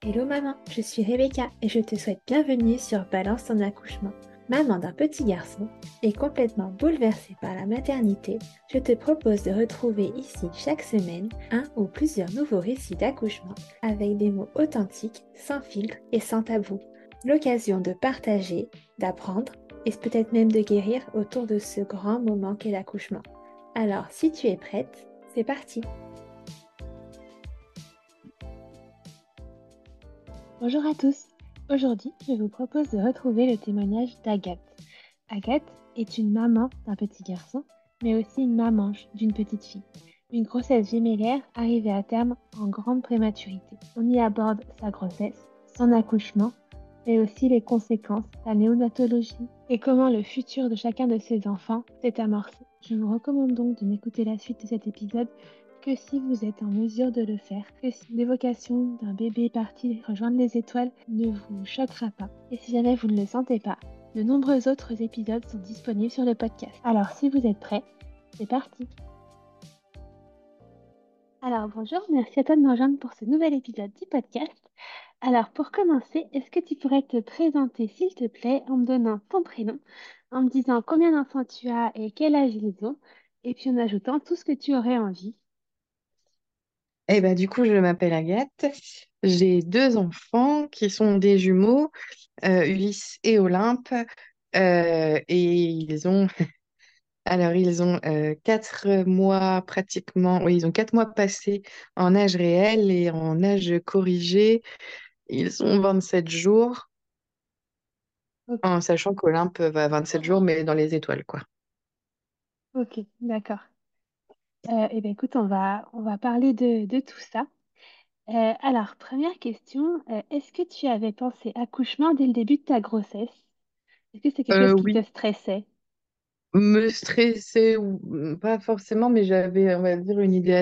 Hello maman, je suis Rebecca et je te souhaite bienvenue sur Balance ton accouchement. Maman d'un petit garçon et complètement bouleversée par la maternité, je te propose de retrouver ici chaque semaine un ou plusieurs nouveaux récits d'accouchement avec des mots authentiques, sans filtre et sans tabou. L'occasion de partager, d'apprendre et peut-être même de guérir autour de ce grand moment qu'est l'accouchement. Alors si tu es prête, c'est parti! Bonjour à tous. Aujourd'hui, je vous propose de retrouver le témoignage d'Agathe. Agathe est une maman d'un petit garçon, mais aussi une maman d'une petite fille. Une grossesse gémellaire arrivée à terme en grande prématurité. On y aborde sa grossesse, son accouchement, mais aussi les conséquences, la néonatologie et comment le futur de chacun de ses enfants s'est amorcé. Je vous recommande donc de n'écouter la suite de cet épisode que si vous êtes en mesure de le faire, que si l'évocation d'un bébé parti rejoindre les étoiles ne vous choquera pas. Et si jamais vous ne le sentez pas, de nombreux autres épisodes sont disponibles sur le podcast. Alors si vous êtes prêts, c'est parti! Alors bonjour, merci à toi de me rejoindre pour ce nouvel épisode du podcast. Alors pour commencer, est-ce que tu pourrais te présenter s'il te plaît en me donnant ton prénom, en me disant combien d'enfants tu as et quel âge ils ont, et puis en ajoutant tout ce que tu aurais envie. Du coup, je m'appelle Agathe. J'ai deux enfants qui sont des jumeaux, Ulysse et Olympe. Et ils ont 4 mois pratiquement, oui, ils ont 4 mois passés en âge réel et en âge corrigé. Ils ont 27 jours, Ok, en sachant qu'Olympe va à 27 jours, mais dans les étoiles, quoi. ok, d'accord. Eh bien, écoute, on va parler de tout ça. Alors, première question, est-ce que tu avais pensé accouchement dès le début de ta grossesse? Est-ce que c'est quelque chose qui te Oui, stressait? me stresser ou pas forcément, mais j'avais, on va dire, une idée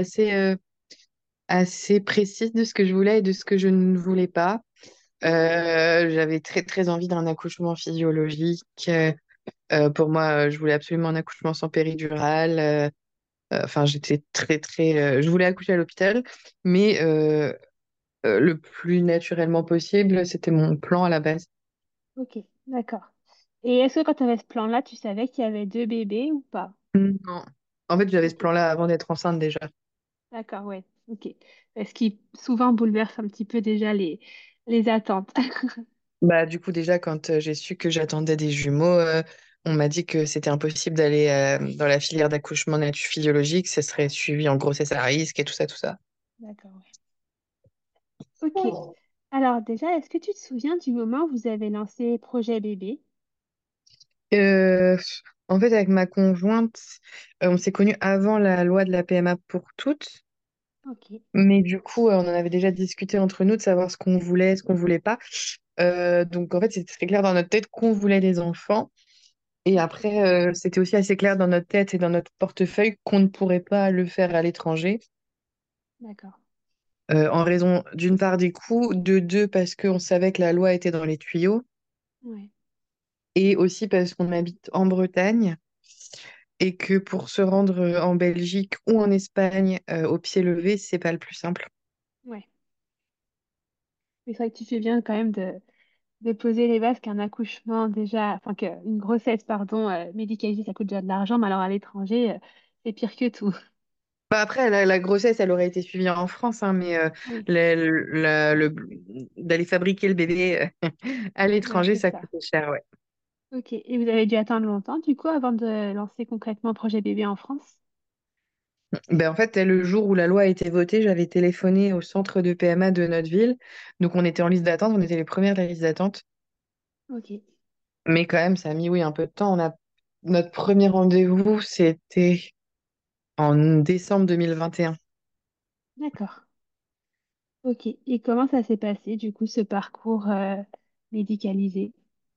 assez précise de ce que je voulais et de ce que je ne voulais pas. J'avais très très envie d'un accouchement physiologique. Pour moi, je voulais absolument un accouchement sans péridurale. Enfin, j'étais très très. Je voulais accoucher à l'hôpital, mais le plus naturellement possible, c'était mon plan à la base. Ok, d'accord. Et est-ce que quand tu avais ce plan-là, tu savais qu'il y avait deux bébés ou pas? Non. En fait, j'avais ce Ok, plan-là avant d'être enceinte déjà. d'accord, ouais, ok. Ce qui souvent bouleverse un petit peu déjà les attentes. Bah, du coup, déjà, quand j'ai su que j'attendais des jumeaux, on m'a dit que c'était impossible d'aller dans la filière d'accouchement physiologique, ce serait suivi en grossesse à risque et tout ça, tout ça. D'accord, ouais. Ok. Alors déjà, est-ce que tu te souviens du moment où vous avez lancé Projet Bébé? Euh, En fait, avec ma conjointe, on s'est connus avant la loi de la PMA pour toutes, Ok, mais du coup, on en avait déjà discuté entre nous de savoir ce qu'on voulait, ce qu'on voulait pas. Donc, en fait, c'était très clair dans notre tête qu'on voulait des enfants. Et ok, après, c'était aussi assez clair dans notre tête et dans notre portefeuille qu'on ne pourrait pas le faire à l'étranger, d'accord. en raison d'une part des coûts, de deux parce qu'on savait que la loi était dans les tuyaux, Ouais, et aussi parce qu'on habite en Bretagne et que pour se rendre en Belgique ou en Espagne au pied levé, c'est pas le plus simple. ouais. Mais c'est vrai que tu fais bien quand même de poser les bases qu'un accouchement déjà, enfin qu'une grossesse, pardon, médicalisée, ça coûte déjà de l'argent, mais alors à l'étranger, c'est pire que tout. Bah après, la grossesse, elle aurait été suivie en France, hein, mais Oui, d'aller fabriquer le bébé à ouais, l'étranger, c'est ça ça. coûtait cher, ouais. Ok. Et vous avez dû attendre longtemps, du coup, avant de lancer concrètement Projet Bébé en France? Ben, en fait, le jour où la loi a été votée, j'avais téléphoné au centre de PMA de notre ville. Donc, on était en liste d'attente, on était les premières de la liste d'attente. Ok, Mais quand même, ça a mis, oui, un peu de temps. Notre premier rendez-vous, c'était en décembre 2021. d'accord. Ok. Et comment ça s'est passé, du coup, ce parcours médicalisé?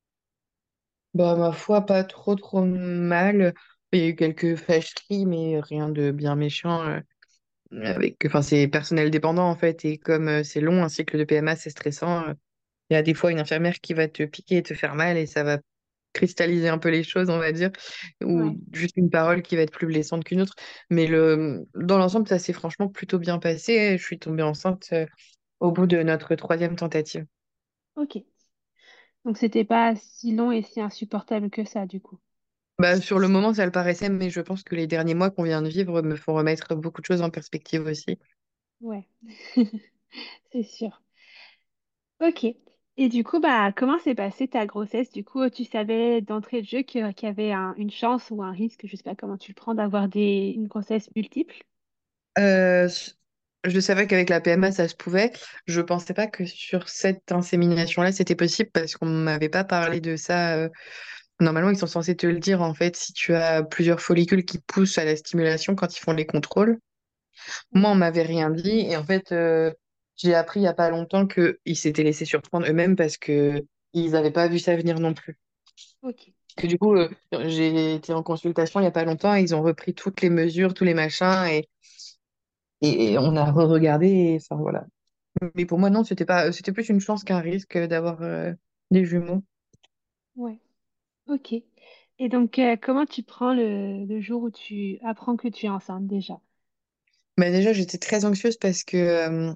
Bah, ma foi, pas trop, trop mal. Il y a eu quelques fâcheries, mais rien de bien méchant. Enfin, c'est personnel dépendant, en fait. Et comme c'est long, un cycle de PMA, c'est stressant. Il y a des fois une infirmière qui va te piquer et te faire mal, et ça va cristalliser un peu les choses, on va dire. Ou Ouais, juste une parole qui va être plus blessante qu'une autre. Mais dans l'ensemble, ça s'est franchement plutôt bien passé. Je suis tombée enceinte au bout de notre troisième tentative. Ok. Donc c'était pas si long et si insupportable que ça, du coup. Bah, sur le moment, ça le paraissait, mais je pense que les derniers mois qu'on vient de vivre me font remettre beaucoup de choses en perspective aussi. Ouais, c'est sûr. Ok. Et du coup, bah, comment s'est passée ta grossesse? Du coup, tu savais d'entrée de jeu qu'il y avait une chance ou un risque, je sais pas comment tu le prends, d'avoir une grossesse multiple? Euh, je savais qu'avec la PMA, ça se pouvait. Je pensais pas que sur cette insémination-là, c'était possible parce qu'on m'avait pas parlé de ça. Normalement, ils sont censés te le dire, en fait, si tu as plusieurs follicules qui poussent à la stimulation quand ils font les contrôles. Moi, on Ouais. m'avait rien dit. Et en fait, j'ai appris il y a pas longtemps qu'ils s'étaient laissés surprendre eux-mêmes parce que ils n'avaient pas vu ça venir non plus. Ok. Que du coup, j'ai été en consultation il y a pas longtemps et ils ont repris toutes les mesures, tous les machins et on a re-regardé. Et, enfin, voilà. Mais pour moi, non, c'était pas, c'était plus une chance qu'un risque d'avoir des jumeaux. Ouais. Ok. Et donc, comment tu prends le jour où tu apprends que tu es enceinte déjà? Bah déjà, j'étais très anxieuse parce que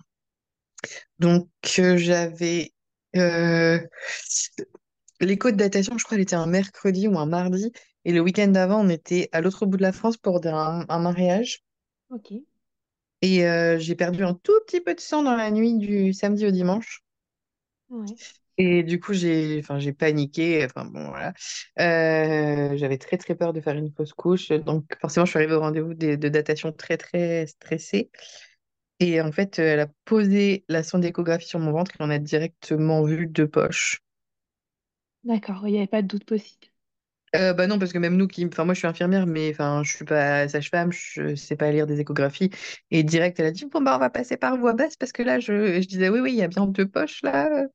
j'avais euh, l'écho de datation, je crois, elle était un mercredi ou un mardi, et le week-end d'avant, on était à l'autre bout de la France pour un mariage, Ok. et j'ai perdu un tout petit peu de sang dans la nuit du samedi au dimanche. Ouais. Et du coup, j'ai paniqué. Enfin bon, voilà. J'avais très très peur de faire une fausse couche. Donc forcément, je suis arrivée au rendez-vous de datation très très stressée. Et en fait, elle a posé la sonde d'échographie sur mon ventre et on a directement vu deux poches. D'accord. Il n'y avait pas de doute possible. Bah non, parce que même nous qui, enfin moi je suis infirmière, mais enfin je suis pas sage-femme, je sais pas lire des échographies. Et direct, elle a dit bon bah on va passer par voie basse parce que là je disais oui oui il y a bien deux poches là.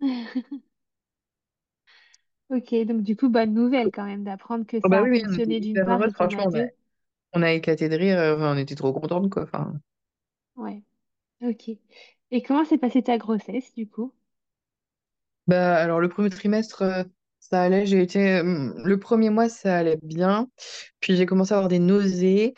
Ok. Donc, du coup, bonne nouvelle quand même d'apprendre que Oh ça bah a oui oui on était fonctionné d'une hyper part et heureuses, ton franchement adieu. on a éclaté de rire, enfin, on était trop contentes quoi. Enfin. Ouais. Ok. Et comment s'est passée ta grossesse, du coup? Bah, alors le premier trimestre, ça allait. Le premier mois, ça allait bien. Puis j'ai commencé à avoir des nausées,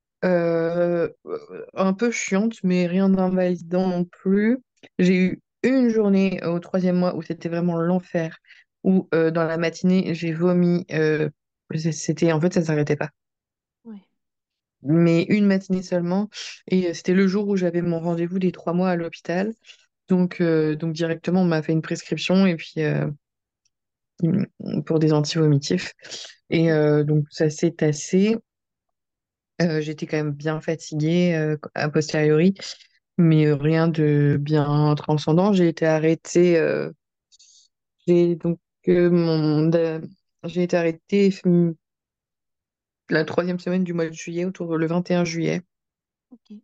un peu chiantes, mais rien d'invalidant non plus. J'ai eu une journée au troisième mois où c'était vraiment l'enfer, où dans la matinée, j'ai vomi. C'était, en fait, ça s'arrêtait pas. Ouais. Mais une matinée seulement. Et c'était le jour où j'avais mon rendez-vous des 3 mois à l'hôpital. Donc directement, on m'a fait une prescription et puis pour des anti-vomitifs. Et Ok. donc ça s'est tassé. J'étais quand même bien fatiguée a posteriori, mais rien de bien transcendant. J'ai été arrêtée. J'ai donc j'ai été arrêtée la troisième semaine du mois de juillet, autour le 21 juillet. Ok.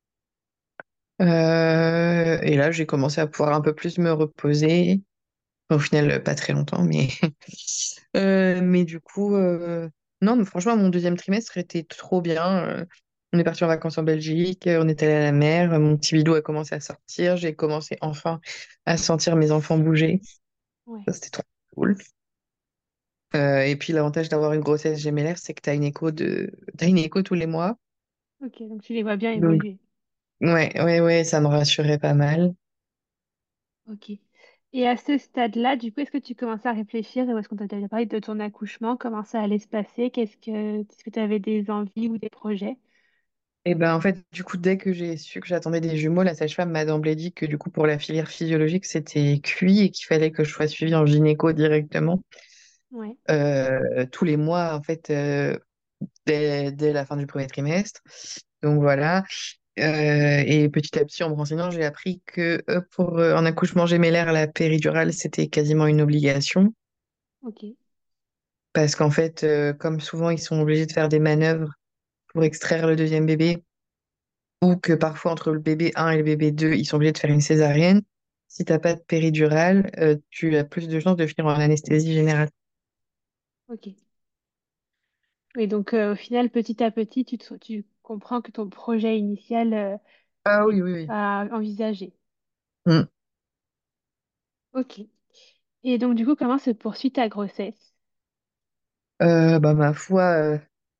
Et là, j'ai commencé à pouvoir un peu plus me reposer. Au final, pas très longtemps, mais mais du coup, non, mais franchement, mon deuxième trimestre était trop bien. On est parti en vacances en Belgique, on est allé à la mer, mon petit bidou a commencé à sortir, j'ai commencé enfin à sentir mes enfants bouger. Ouais. Ça, c'était trop cool. Et puis l'avantage d'avoir une grossesse gémellaire, c'est que t'as une écho tous les mois. Ok. Donc, tu les vois bien Donc, évoluer. ouais, ça me rassurait pas mal. Ok. Et à ce stade-là, du coup, est-ce que tu commences à réfléchir ou est-ce qu'on t'a déjà parlé de ton accouchement? Comment ça allait se passer? Est-ce que tu avais des envies ou des projets? Et ben en fait, du coup, dès que j'ai su que j'attendais des jumeaux, la sage-femme m'a d'emblée dit que du coup, pour la filière physiologique, c'était cuit et qu'il fallait que je sois suivie en gynéco directement Ouais. tous les mois, en fait, dès la fin du premier trimestre. Donc voilà. Et petit à petit, en me renseignant, j'ai appris que pour un accouchement gémellaire, la péridurale, c'était quasiment une obligation. Ok. Parce qu'en fait, comme souvent, ils sont obligés de faire des manœuvres pour extraire le deuxième bébé. Ou que parfois entre le bébé 1 et le bébé 2, ils sont obligés de faire une césarienne. Si t'as pas de péridurale, tu as plus de chances de finir en anesthésie générale. Ok. Oui, donc au final, petit à petit, tu comprends que ton projet initial Ah n'est oui, oui, oui. pas envisagé. Mm. Ok. Et donc, du coup, comment se poursuit ta grossesse? Bah, ma foi,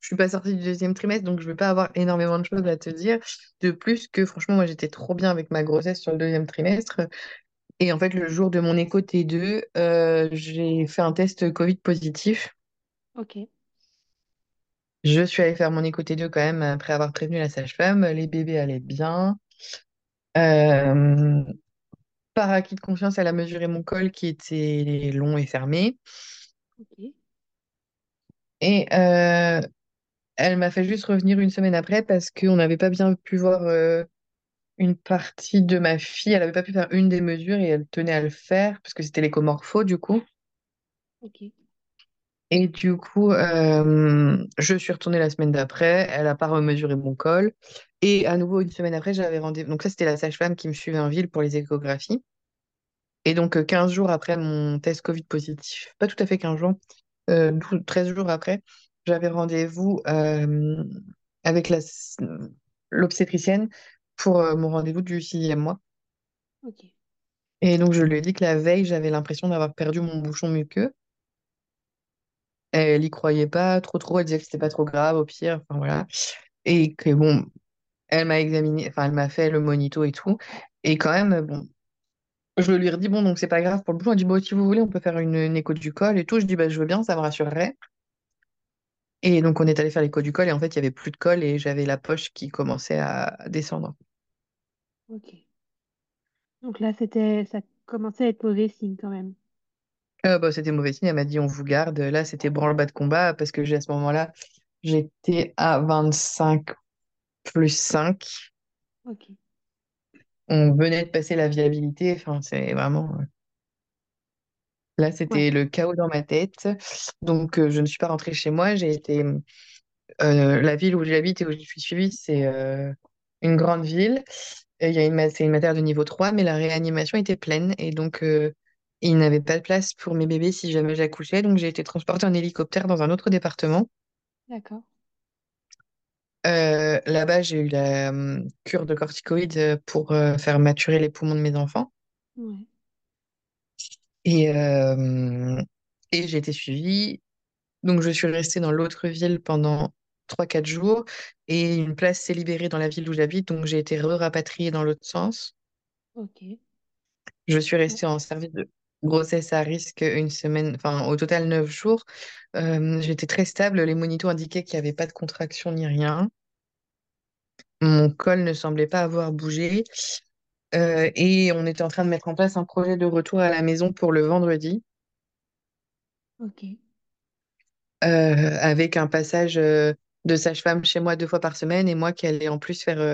je suis pas sortie du deuxième trimestre, donc je vais pas avoir énormément de choses à te dire. De plus que, franchement, moi, j'étais trop bien avec ma grossesse sur le deuxième trimestre. Et en fait, le jour de mon écho T2, j'ai fait un test Covid positif. Ok, Je suis allée faire mon écho T2 quand même après avoir prévenu la sage-femme. Les bébés allaient bien. Euh, Par acquis de confiance, elle a mesuré mon col qui était long et fermé. ok, Et elle m'a fait juste revenir une semaine après parce qu'on n'avait pas bien pu voir une partie de ma fille. Elle n'avait pas pu faire une des mesures et elle tenait à le faire parce que c'était l'écomorpho du coup. ok, Et du coup, je suis retournée la semaine d'après. Elle n'a pas remesuré mon col. Et à nouveau, une semaine après, j'avais rendez-vous. Donc ça, c'était la sage-femme qui me suivait en ville pour les échographies. Et donc, 15 jours après mon test Covid positif, pas tout à fait 15 jours, 13 jours après, j'avais rendez-vous avec l'obstétricienne pour mon rendez-vous du 6e mois. ok. Et donc, je lui ai dit que la veille, j'avais l'impression d'avoir perdu mon bouchon muqueux. Elle y croyait pas trop trop, elle disait que c'était pas trop grave au pire, enfin voilà. Et que bon, elle m'a examiné, enfin elle m'a fait le monito et tout. Et quand même, bon, je lui ai redit, bon, donc c'est pas grave pour le bouchon. Elle dit, bon, si vous voulez, on peut faire une écho du col et tout. Je dis, bah je veux bien, ça me rassurerait. Et donc on est allé faire l'écho du col et en fait, il y avait plus de col et j'avais la poche qui commençait à descendre. Ok. Donc là, ça commençait à être mauvais signe quand même. Bah, c'était mauvais signe, elle m'a dit, on vous garde. Là, c'était branle-bas de combat parce que à ce moment-là, j'étais à 25 + 5. Ok. On venait de passer la viabilité. Enfin, c'est vraiment. Là, Ouais, c'était le chaos dans ma tête. Donc, je ne suis pas rentrée chez moi. J'ai été. La ville où j'habite et où je suis suivie, c'est une grande ville. Et il y a c'est une matière de niveau 3, mais la réanimation était pleine. Et donc, il n'avait pas de place pour mes bébés si jamais j'accouchais. Donc, j'ai été transportée en hélicoptère dans un autre département. d'accord. Là-bas, j'ai eu la cure de corticoïdes pour faire maturer les poumons de mes enfants. Ouais, Et, euh, et j'ai été suivie. Donc, je suis restée dans l'autre ville pendant 3 4 jours et une place s'est libérée dans la ville où j'habite. Donc, j'ai été rapatriée dans l'autre sens. ok. Je suis Ouais, restée en service de grossesse à risque une semaine, enfin, au total 9 jours. J'étais très stable. Les monitos indiquaient qu'il n'y avait pas de contraction ni rien. Mon col ne semblait pas avoir bougé. Et on était en train de mettre en place un projet de retour à la maison pour le vendredi, ok, avec un passage de sage-femme chez moi 2 fois par semaine et moi qui allais en plus faire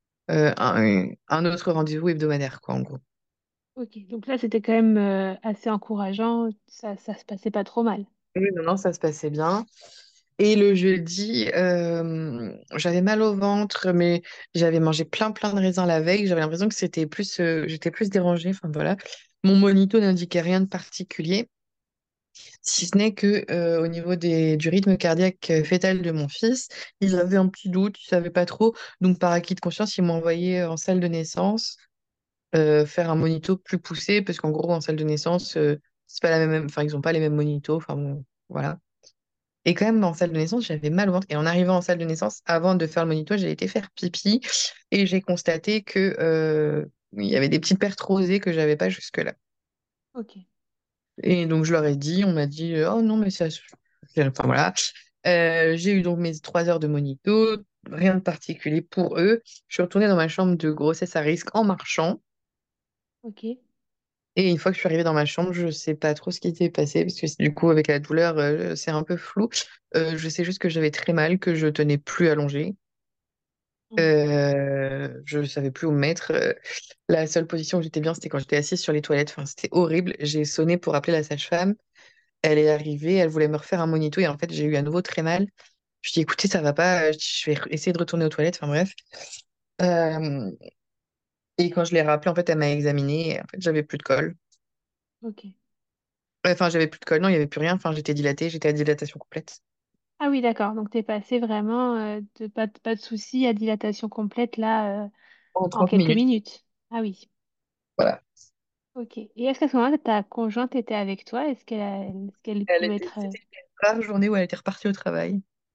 un autre rendez-vous hebdomadaire, quoi, en gros. ok. Donc là, c'était quand même assez encourageant. Ça se passait pas trop mal. Oui, non, non, ça se passait bien. Et le jeudi, j'avais mal au ventre, mais j'avais mangé plein plein de raisins la veille. J'avais l'impression que c'était plus, j'étais plus dérangée. Enfin voilà, mon monito n'indiquait rien de particulier, si ce n'est que au niveau du rythme cardiaque fœtal de mon fils, ils avaient un petit doute, ils savaient pas trop. Donc par acquis de conscience, ils m'ont envoyé en salle de naissance faire un monito plus poussé, parce qu'en gros, en salle de naissance, c'est pas la même, enfin, ils ont pas les mêmes monitos, enfin bon, voilà. Et quand même, en salle de naissance, j'avais mal au ventre. Et en arrivant en salle de naissance, avant de faire le monito, j'ai été faire pipi et j'ai constaté que il y avait des petites pertes rosées que j'avais pas jusque-là. Ok, Et donc je leur ai dit, on m'a dit, oh non, mais ça, enfin voilà. J'ai eu donc mes 3 heures de monito, rien de particulier pour eux. Je suis retournée dans ma chambre de grossesse à risque en marchant. ok. Et une fois que je suis arrivée dans ma chambre, je sais pas trop ce qui s'est passé parce que du coup, avec la douleur, c'est un peu flou. Je sais juste que j'avais très mal, que je tenais plus allongée. Ouais, Je savais plus où me mettre. La seule position où j'étais bien, c'était quand j'étais assise sur les toilettes. Enfin, c'était horrible. J'ai sonné pour appeler la sage-femme. Elle est arrivée, elle voulait me refaire un monito et en fait, j'ai eu à nouveau très mal. Je dis, écoutez, ça va pas, je vais essayer de retourner aux toilettes. Enfin, bref. Euh, et quand je l'ai rappelée, en fait, elle m'a examinée et en fait, j'avais plus de col. ok. Enfin, j'avais plus de col, non, il y avait plus rien. Enfin, j'étais dilatée, j'étais à dilatation complète. Ah oui, d'accord. Donc t'es passé vraiment de pas de soucis à dilatation complète là En en 30 quelques minutes. minutes. Ah oui. Voilà. Ok. Et est-ce qu'à ce moment-là, ta conjointe était avec toi? Est-ce qu'elle pouvait être... C'était une rare journée où elle était repartie au travail.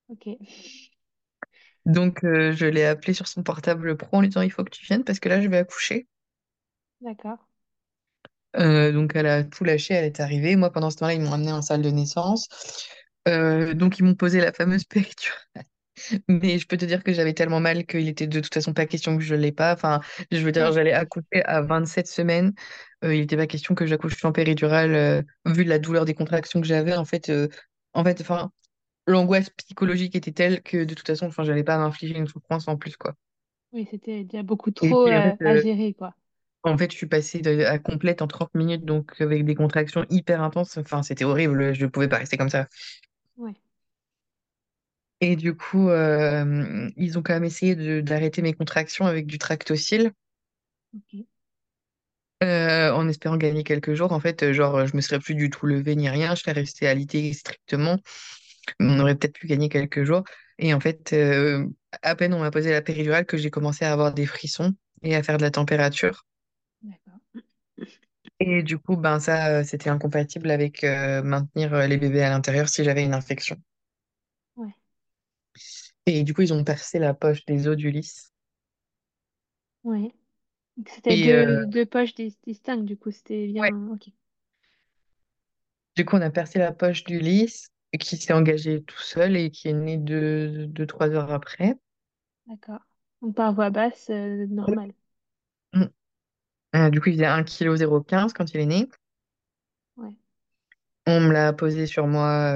Ok, Donc, je l'ai appelé sur son portable pro en lui disant, il faut que tu viennes parce que là, je vais accoucher. d'accord. Donc, elle a tout lâché, elle est arrivée. Moi, pendant ce temps-là, ils m'ont amenée en salle de naissance. Donc, ils m'ont posé la fameuse péridurale. Mais je peux te dire que j'avais tellement mal qu'il était de toute façon pas question que je l'ai pas. Enfin, je veux dire, Ouais, j'allais accoucher à 27 semaines. Il n'était pas question que j'accouche en péridurale, vu la douleur des contractions que j'avais. Enfin, l'angoisse psychologique était telle que de toute façon, enfin, j'allais pas m'infliger une souffrance en plus, quoi. oui, c'était déjà beaucoup Et trop puis, à gérer, quoi. je suis passée à complète en 30 minutes, donc avec des contractions hyper intenses. Enfin, c'était horrible. Je ne pouvais pas rester comme ça. Ouais, Et du coup, ils ont quand même essayé d'arrêter mes contractions avec du Tractocil. ok, En espérant gagner quelques jours. En fait, genre, je me serais plus du tout levée ni rien, je serais restée alitée strictement. On aurait peut-être pu gagner quelques jours. Et en fait, à peine on m'a posé la péridurale que j'ai commencé à avoir des frissons et à faire de la température. d'accord. Et du coup, ben ça, c'était incompatible avec maintenir les bébés à l'intérieur si j'avais une infection. Ouais, Et du coup, ils ont percé la poche des os d'Ulysse. ouais. Donc, c'était Et deux poches distinctes, du coup, c'était ouais, bien. Ok, du coup, on a percé la poche d'Ulysse qui s'est engagé tout seul et qui est né 3 heures après. d'accord. Donc, par voie basse, normale. Du coup, il faisait 1,15 kg quand il est né. Ouais. On me l'a posé sur moi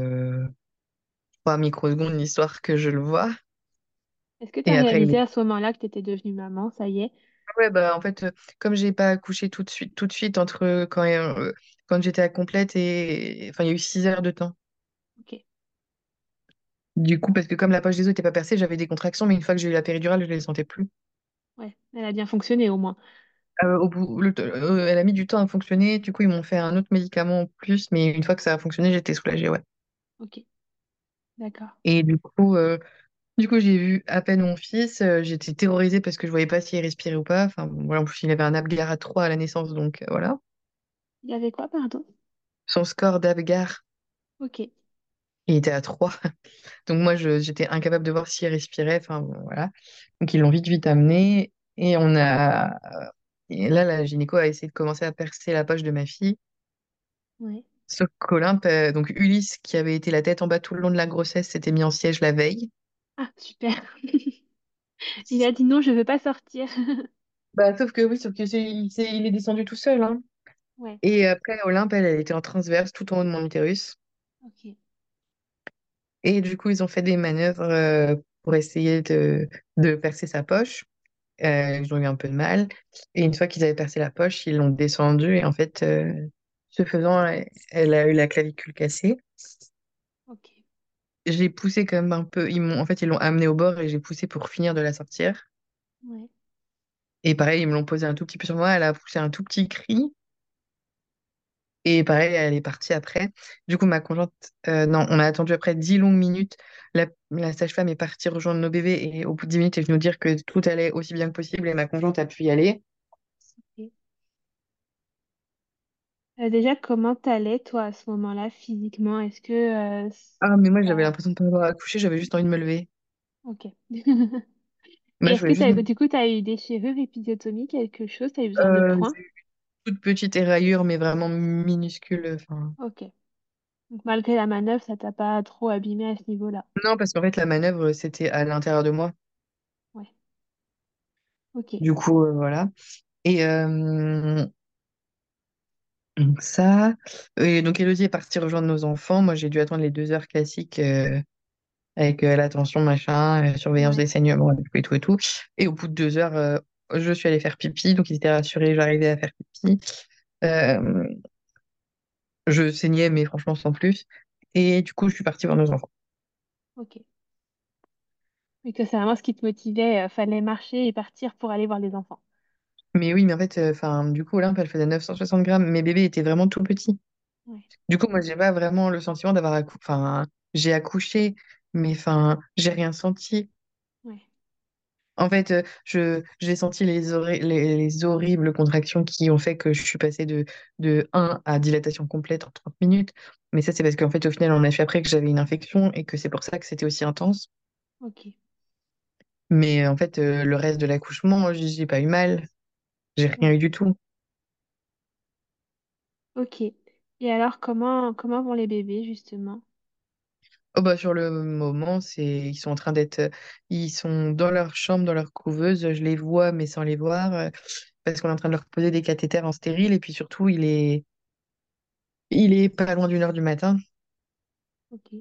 3 microsecondes, histoire que je le vois. Est-ce que tu as Et après, réalisé à ce moment-là que tu étais devenue maman, ça y est? ouais, bah, en fait, comme j'ai pas accouché tout de suite, entre quand j'étais à complète et. Enfin, il y a eu 6 heures de temps. Ok, Du coup, parce que comme la poche des os n'était pas percée, j'avais des contractions, mais une fois que j'ai eu la péridurale, je les sentais plus. ouais, elle a bien fonctionné au moins. Elle a mis du temps à fonctionner. Du coup, ils m'ont fait un autre médicament en plus, mais une fois que ça a fonctionné, j'étais soulagée, ouais. Ok, d'accord. Et du coup, j'ai vu à peine mon fils, j'étais terrorisée parce que je voyais pas s'il respirait ou pas. Enfin, bon, voilà, en plus, il avait un Apgar à 3 à la naissance, donc voilà. Il y avait quoi, pardon? Son score d'Apgar, Ok, il était à 3. Donc moi, j'étais incapable de voir s'il respirait. Enfin, bon, voilà. Donc ils l'ont vite, vite amené. Et là, la gynéco a essayé de commencer à percer la poche de ma fille. ouais. Sauf qu'Olympe, donc Ulysse, qui avait été la tête en bas tout le long de la grossesse, s'était mis en siège la veille. Ah, super. Il a dit non, je veux pas sortir. Bah, sauf que oui, il est descendu tout seul, hein. Ouais, Et après, Olympe, elle était en transverse tout en haut de mon utérus. ok, Et du coup, ils ont fait des manœuvres pour essayer de percer sa poche. Ils ont eu un peu de mal. Et une fois qu'ils avaient percé la poche, ils l'ont descendue. Et en fait, ce faisant, elle a eu la clavicule cassée. ok, J'ai poussé quand même un peu. En fait, ils l'ont amenée au bord et j'ai poussé pour finir de la sortir. ouais, Et pareil, ils me l'ont posé un tout petit peu sur moi. Elle a poussé un tout petit cri. Et pareil, elle est partie après. Du coup, ma conjointe, non, on a attendu après 10 longues minutes. La sage-femme est partie rejoindre nos bébés et au bout de 10 minutes, elle est venue nous dire que tout allait aussi bien que possible et ma conjointe a pu y aller. ok. Déjà, comment t'allais, toi, à ce moment-là, physiquement? Est-ce que Ah, mais moi, j'avais ça- l'impression de pas avoir accouché, j'avais juste envie de me lever. Ok. Et Moi, je est-ce que voulais juste me... du coup, t'as eu des déchirures, épisiotomie, quelque chose? T'as eu besoin de points? J'ai eu une toute petite éraillure, mais vraiment minuscule. Enfin... Ok. Donc, malgré la manœuvre, ça t'a pas trop abîmé à ce niveau-là. Non, parce qu'en fait, la manœuvre, c'était à l'intérieur de moi. Ouais. Ok. Du coup, voilà. Et donc ça. Et donc, Elodie est partie rejoindre nos enfants. Moi, j'ai dû attendre les 2 heures classiques avec l'attention, machin, surveillance Ouais. des saignements et tout et tout. Et au bout de 2 heures, je suis allée faire pipi. Donc, ils étaient rassurés, j'arrivais à faire pipi. Euh, je saignais, mais franchement, sans plus. Et du coup, je suis partie voir nos enfants. Ok. Et que c'est vraiment ce qui te motivait, fallait marcher et partir pour aller voir les enfants. Mais oui, mais en fait, enfin, du coup, Olympe, elle faisait 960 grammes. Mes bébés étaient vraiment tout petits. Ouais. Du coup, moi, j'ai pas vraiment le sentiment d'avoir accouché. Enfin, j'ai accouché, mais enfin, j'ai rien senti. Ouais. En fait, j'ai senti les horribles contractions qui ont fait que je suis passée de un à dilatation complète en 30 minutes. Mais ça, c'est parce qu'en fait, au final, on a su après que j'avais une infection et que c'est pour ça que c'était aussi intense. Ok, Mais en fait, le reste de l'accouchement, j'ai pas eu mal. J'ai rien ouais. eu du tout. Ok. Et alors, comment vont les bébés, justement? Oh bah, sur le moment, ils sont en train ils sont dans leur chambre, dans leur couveuse. Je les vois, mais sans les voir, parce qu'on est en train de leur poser des cathéters en stérile. Et puis surtout, il est pas loin d'1 heure du matin. Ok,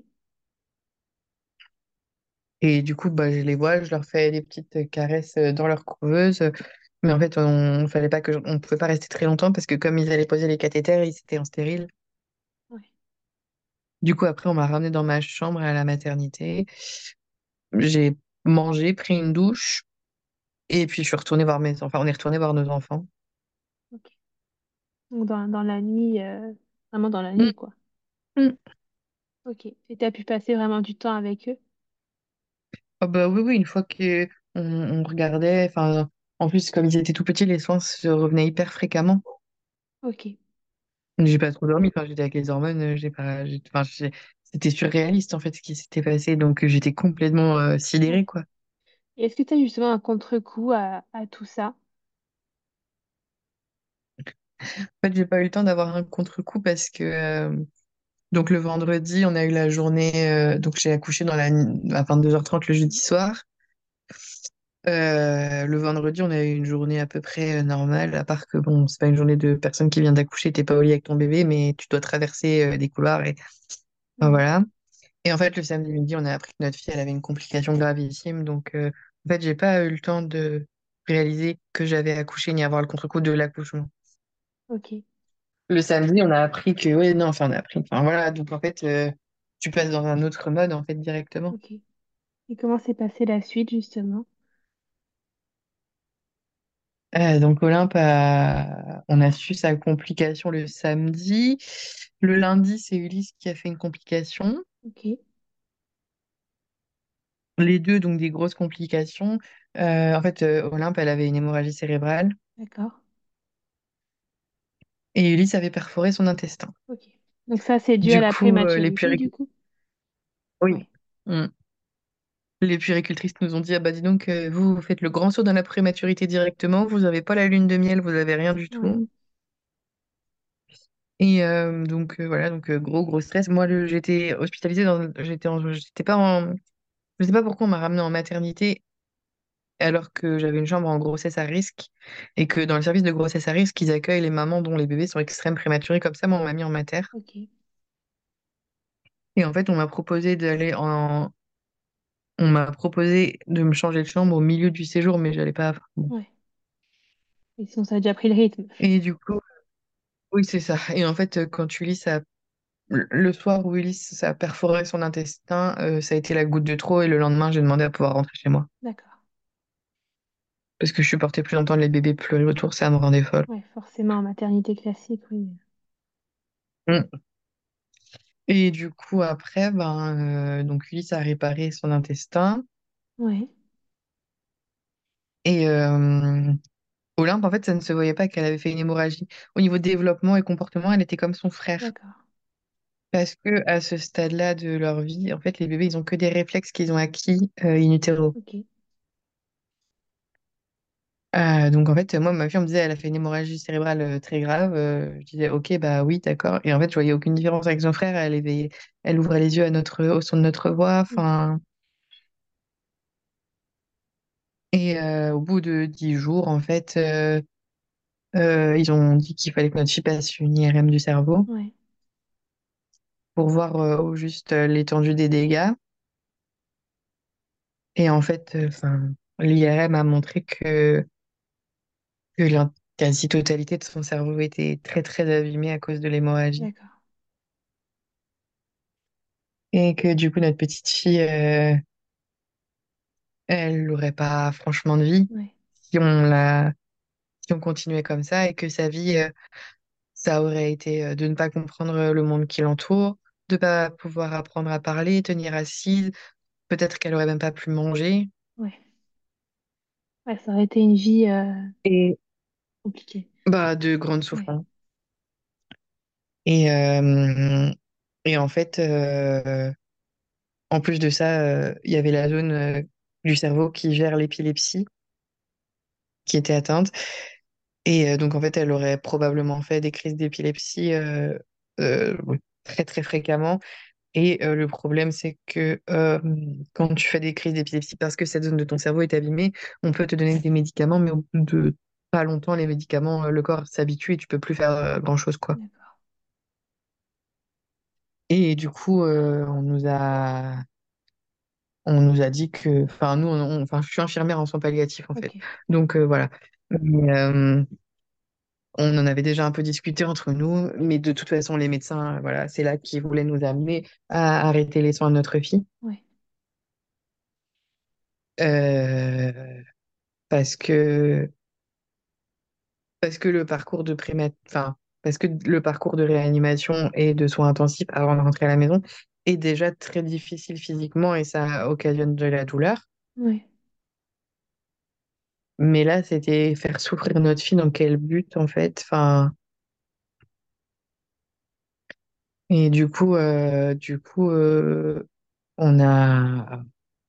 Et du coup, bah, je les vois, je leur fais des petites caresses dans leur couveuse. Mais en fait, fallait pas on pouvait pas rester très longtemps parce que comme ils allaient poser les cathéters, ils étaient en stérile. ouais, Du coup, après, on m'a ramené dans ma chambre à la maternité. J'ai mangé, pris une douche, et puis je suis retournée voir on est retourné voir nos enfants. ok. Donc, dans la nuit, vraiment dans la Mm, nuit, quoi. mm. Ok. Et t'as pu passer vraiment du temps avec eux? Ah bah oui, oui, une fois on regardait, enfin, en plus, comme ils étaient tout petits, les soins se revenaient hyper fréquemment. Ok, J'ai pas trop dormi quand j'étais avec les hormones, enfin, c'était surréaliste en fait ce qui s'était passé, donc j'étais complètement sidérée, ouais. quoi. Et est-ce que tu as justement un contre-coup à tout ça? En fait, j'ai pas eu le temps d'avoir un contre-coup parce que donc le vendredi, on a eu la journée, donc j'ai accouché à 22h30 le jeudi soir. Le vendredi, on a eu une journée à peu près normale, à part que bon, c'est pas une journée de personne qui vient d'accoucher, t'es pas au lit avec ton bébé, mais tu dois traverser des couloirs et enfin, Ouais. voilà. Et en fait, le samedi midi, on a appris que notre fille, elle avait une complication gravissime. Donc, en fait, j'ai pas eu le temps de réaliser que j'avais accouché ni avoir le contre-coup de l'accouchement. Ok, Le samedi, on a appris que, ouais, non, enfin, on a appris, enfin, voilà. Donc, en fait, tu passes dans un autre mode, en fait, directement. ok. Et comment s'est passée la suite, justement? Donc, on a su sa complication le samedi. Le lundi, c'est Ulysse qui a fait une complication. Ok, Les deux, donc, des grosses complications. En fait, Olympe, elle avait une hémorragie cérébrale. d'accord. Et Ulysse avait perforé son intestin. Ok. Donc ça, c'est dû à Du la coup, prématurité, du coup? oui. Ouais. Mm. Les puéricultrices nous ont dit, ah bah dis donc, vous faites le grand saut dans la prématurité directement, vous n'avez pas la lune de miel, vous avez rien du Ouais. tout. Et donc voilà, donc gros stress. Moi, j'étais hospitalisée je sais pas pourquoi on m'a ramenée en maternité alors que j'avais une chambre en grossesse à risque et que dans le service de grossesse à risque, ils accueillent les mamans dont les bébés sont extrêmes prématurés comme ça. Moi, on m'a mis en mater. Ok. Et en fait, on m'a proposé de me changer de chambre au milieu du séjour, mais j'allais pas. Bon. Ouais. Et sinon, ça a déjà pris le rythme. Et du coup, oui, c'est ça. Et en fait, quand Ulysse le soir où Ulysse a perforé son intestin, ça a été la goutte de trop. Et le lendemain, j'ai demandé à pouvoir rentrer chez moi. D'accord. Parce que je supportais plus longtemps les bébés pleurer autour, ça me rendait folle. Ouais, forcément, en maternité classique, oui. Mm. Et du coup, après, donc Ulysse a réparé son intestin. Ouais, Et Olympe, en fait, ça ne se voyait pas qu'elle avait fait une hémorragie. Au niveau développement et comportement, elle était comme son frère. d'accord. Parce que à ce stade-là de leur vie, en fait, les bébés, ils ont que des réflexes qu'ils ont acquis in utero. Ok. Donc en fait, moi, ma fille on me disait, elle a fait une hémorragie cérébrale très grave. Je disais, ok, bah oui, d'accord. Et en fait, je voyais aucune différence avec son frère. Elle ouvrait les yeux au son de notre voix. Ok. Enfin, et au bout de 10 jours, en fait, ils ont dit qu'il fallait que notre fille passe une IRM du cerveau Ouais, pour voir au juste l'étendue des dégâts. Et en fait, enfin, l'IRM a montré que la quasi-totalité de son cerveau était très très abîmée à cause de l'hémorragie. d'accord. Et que du coup, notre petite fille, elle n'aurait pas franchement de vie Ouais, si si on continuait comme ça et que sa vie, ça aurait été de ne pas comprendre le monde qui l'entoure, de pas pouvoir apprendre à parler, tenir assise, peut-être qu'elle aurait même pas pu manger. ouais. Ouais, ça aurait été une vie Et compliquée. bah, de grandes Ouais, souffrances. Et, euh, et en fait, en plus de ça, il y avait la zone du cerveau qui gère l'épilepsie qui était atteinte. Et donc, en fait, elle aurait probablement fait des crises d'épilepsie oui, très, très fréquemment. Et le problème, c'est que quand tu fais des crises d'épilepsie, parce que cette zone de ton cerveau est abîmée, on peut te donner des médicaments, mais au bout de pas longtemps, les médicaments, le corps s'habitue et tu peux plus faire grand-chose, quoi. d'accord. Et du coup, on nous a dit que, enfin, nous, enfin, je suis infirmière en soins palliatifs, en Ok, fait. Donc, voilà. Mais, on en avait déjà un peu discuté entre nous, mais de toute façon, les médecins, voilà, c'est là qui voulaient nous amener à arrêter les soins de notre fille. ouais, Euh, parce que, parce que le parcours de enfin, parce que le parcours de réanimation et de soins intensifs avant de rentrer à la maison est déjà très difficile physiquement et ça occasionne de la douleur. ouais, Mais là, c'était faire souffrir notre fille dans quel but, en fait? Enfin, et on a,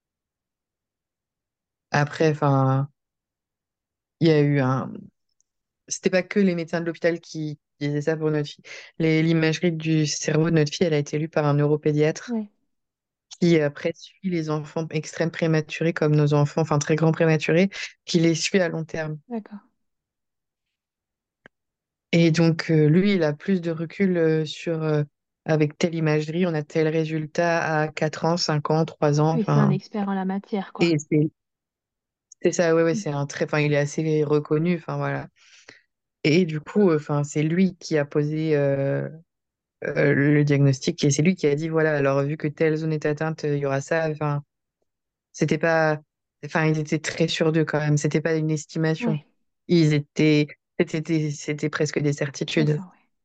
après, enfin, il y a eu c'était pas que les médecins de l'hôpital qui disaient ça pour notre fille. L'imagerie du cerveau de notre fille, elle a été lue par un neuropédiatre ouais, qui après suit les enfants extrêmes prématurés comme nos enfants, enfin très grands prématurés, qui les suit à long terme. d'accord. Et donc lui, il a plus de recul sur avec telle imagerie, on a tel résultat à 4 ans, 5 ans, 3 ans, Oui, c'est un enfin. expert en la matière, quoi. Et c'est ça, ouais, ouais, Mm. c'est un très, enfin, il est assez reconnu, enfin voilà. Et du coup, enfin, c'est lui qui a posé le diagnostic et c'est lui qui a dit, voilà, alors vu que telle zone est atteinte, il y aura ça. Enfin, c'était pas, enfin, ils étaient très sûrs d'eux quand même. C'était pas une estimation. Ouais, Ils étaient, c'était presque des certitudes. d'accord, ouais.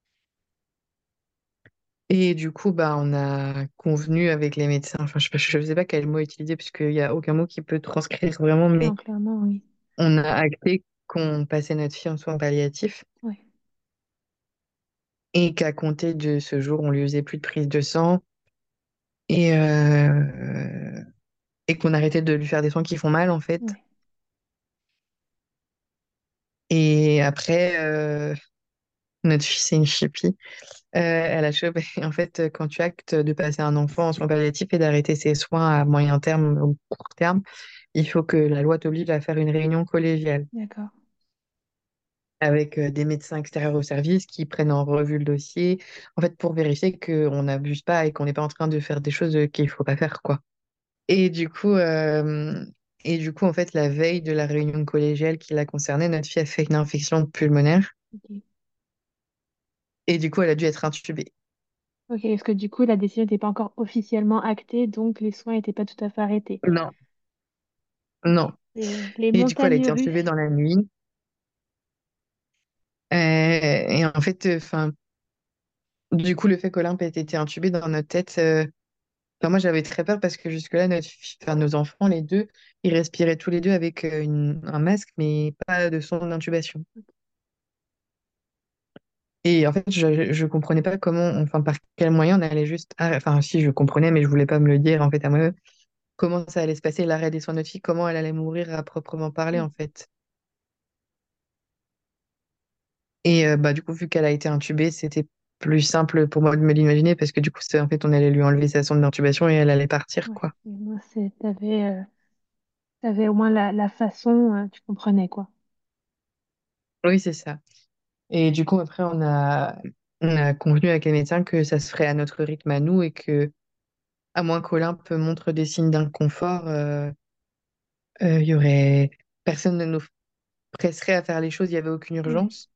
Et du coup, bah, on a convenu avec les médecins. Enfin, je sais pas quel mot utiliser puisqu'il y a aucun mot qui peut transcrire vraiment, mais Non, clairement, oui. on a acté qu'on passait notre fille en soins palliatifs Ouais, et qu'à compter de ce jour, on lui faisait plus de prise de sang et, et qu'on arrêtait de lui faire des soins qui font mal, en fait. ouais, Et après, notre fille, c'est une chipie. Elle a chopé, en fait, quand tu actes de passer un enfant en soins palliatifs et d'arrêter ses soins à moyen terme ou court terme, il faut que la loi t'oblige à faire une réunion collégiale d'accord. avec des médecins extérieurs au service qui prennent en revue le dossier, en fait, pour vérifier qu'on n'abuse pas et qu'on n'est pas en train de faire des choses qu'il faut pas faire, quoi. Et du coup, euh, et du coup, en fait, la veille de la réunion collégiale qui la concernait, notre fille a fait une infection pulmonaire Ok. et du coup, elle a dû être intubée. Ok, parce que du coup, la décision n'était pas encore officiellement actée, donc les soins n'étaient pas tout à fait arrêtés. Non, non. Les Et du coup, elle a montagnes été intubée russes. dans la nuit. Et en fait, enfin, du coup, le fait qu'Olympe ait été intubée dans notre tête, enfin, moi, j'avais très peur parce que jusque-là, enfin, nos enfants, les deux, ils respiraient tous les deux avec un masque, mais pas de son d'intubation. Et en fait, je comprenais pas comment, enfin, par quel moyen on allait juste, enfin, si, je comprenais, mais je voulais pas me le dire, en fait, à moi-même, comment ça allait se passer, l'arrêt des soins de notre fille, comment elle allait mourir à proprement parler, Mm. en fait. Et bah, du coup, vu qu'elle a été intubée, c'était plus simple pour moi de me l'imaginer parce que du coup, en fait, on allait lui enlever sa sonde d'intubation et elle allait partir, Ouais. quoi. Et moi, t'avais au moins la façon, tu comprenais, quoi. Oui, c'est ça. Et du coup, après, on a convenu avec les médecins que ça se ferait à notre rythme à nous et que, à moins qu'Olympe montre des signes d'inconfort, il y aurait personne ne nous presserait à faire les choses, il n'y avait aucune Ouais, urgence.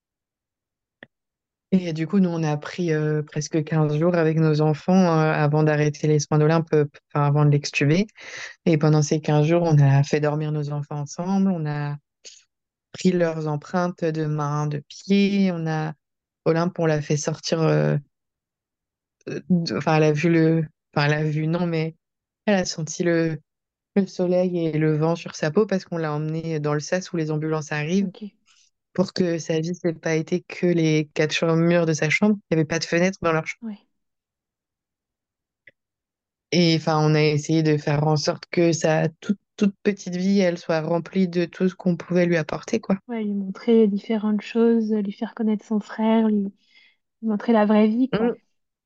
Et du coup, nous, on a pris presque 15 jours avec nos enfants avant d'arrêter les soins d'Olympe, enfin, avant de l'extuber. Et pendant ces 15 jours, on a fait dormir nos enfants ensemble, on a pris leurs empreintes de main, de pied, Olympe, on l'a fait sortir, enfin, elle a vu non, mais elle a senti le soleil et le vent sur sa peau parce qu'on l'a emmené dans le sas où les ambulances arrivent Ok. pour que sa vie n'ait pas été que les murs de sa chambre. Il n'y avait pas de fenêtre dans leur chambre. Ouais. Et enfin, on a essayé de faire en sorte que sa toute petite vie, elle soit remplie de tout ce qu'on pouvait lui apporter, quoi. Ouais, lui montrer différentes choses, lui faire connaître son frère, lui montrer la vraie vie, quoi. Mm.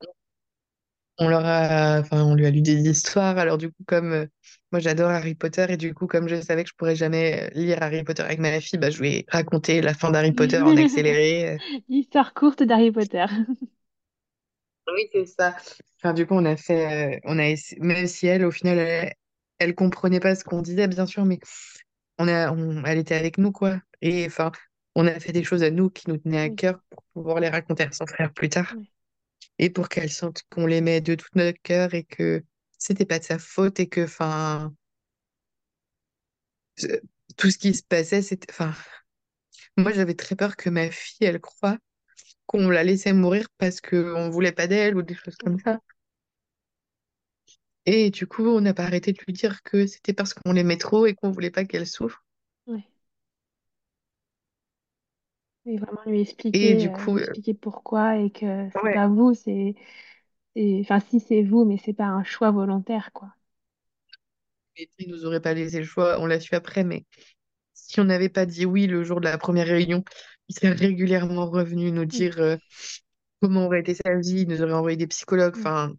Enfin, on lui a lu des histoires. Alors du coup, comme moi j'adore Harry Potter et du coup, comme je savais que je pourrais jamais lire Harry Potter avec ma fille, bah, je lui ai raconté la fin d'Harry Potter en accéléré. L'histoire courte d'Harry Potter. Oui, c'est ça. Enfin, du coup, même si elle, au final, elle comprenait pas ce qu'on disait, bien sûr, mais elle était avec nous, quoi. Et enfin, on a fait des choses à nous qui nous tenaient à Oui, cœur pour pouvoir les raconter à son frère plus tard ouais, et pour qu'elle sente qu'on l'aimait de tout notre cœur et que c'était pas de sa faute et que, enfin, euh, tout ce qui se passait, enfin, moi, j'avais très peur que ma fille, elle croie qu'on la laissait mourir parce qu'on voulait pas d'elle ou des choses ouais, comme ça. Et du coup, on n'a pas arrêté de lui dire que c'était parce qu'on l'aimait trop et qu'on voulait pas qu'elle souffre. ouais. Et vraiment Et du lui coup, expliquer pourquoi et que c'est ouais, pas vous, enfin, si c'est vous, mais c'est pas un choix volontaire, quoi. il nous aurait pas laissé le choix, on l'a su après, mais si on n'avait pas dit oui le jour de la première réunion, il serait régulièrement revenu nous Oui, dire comment aurait été sa vie, il nous aurait envoyé des psychologues. oui, Enfin,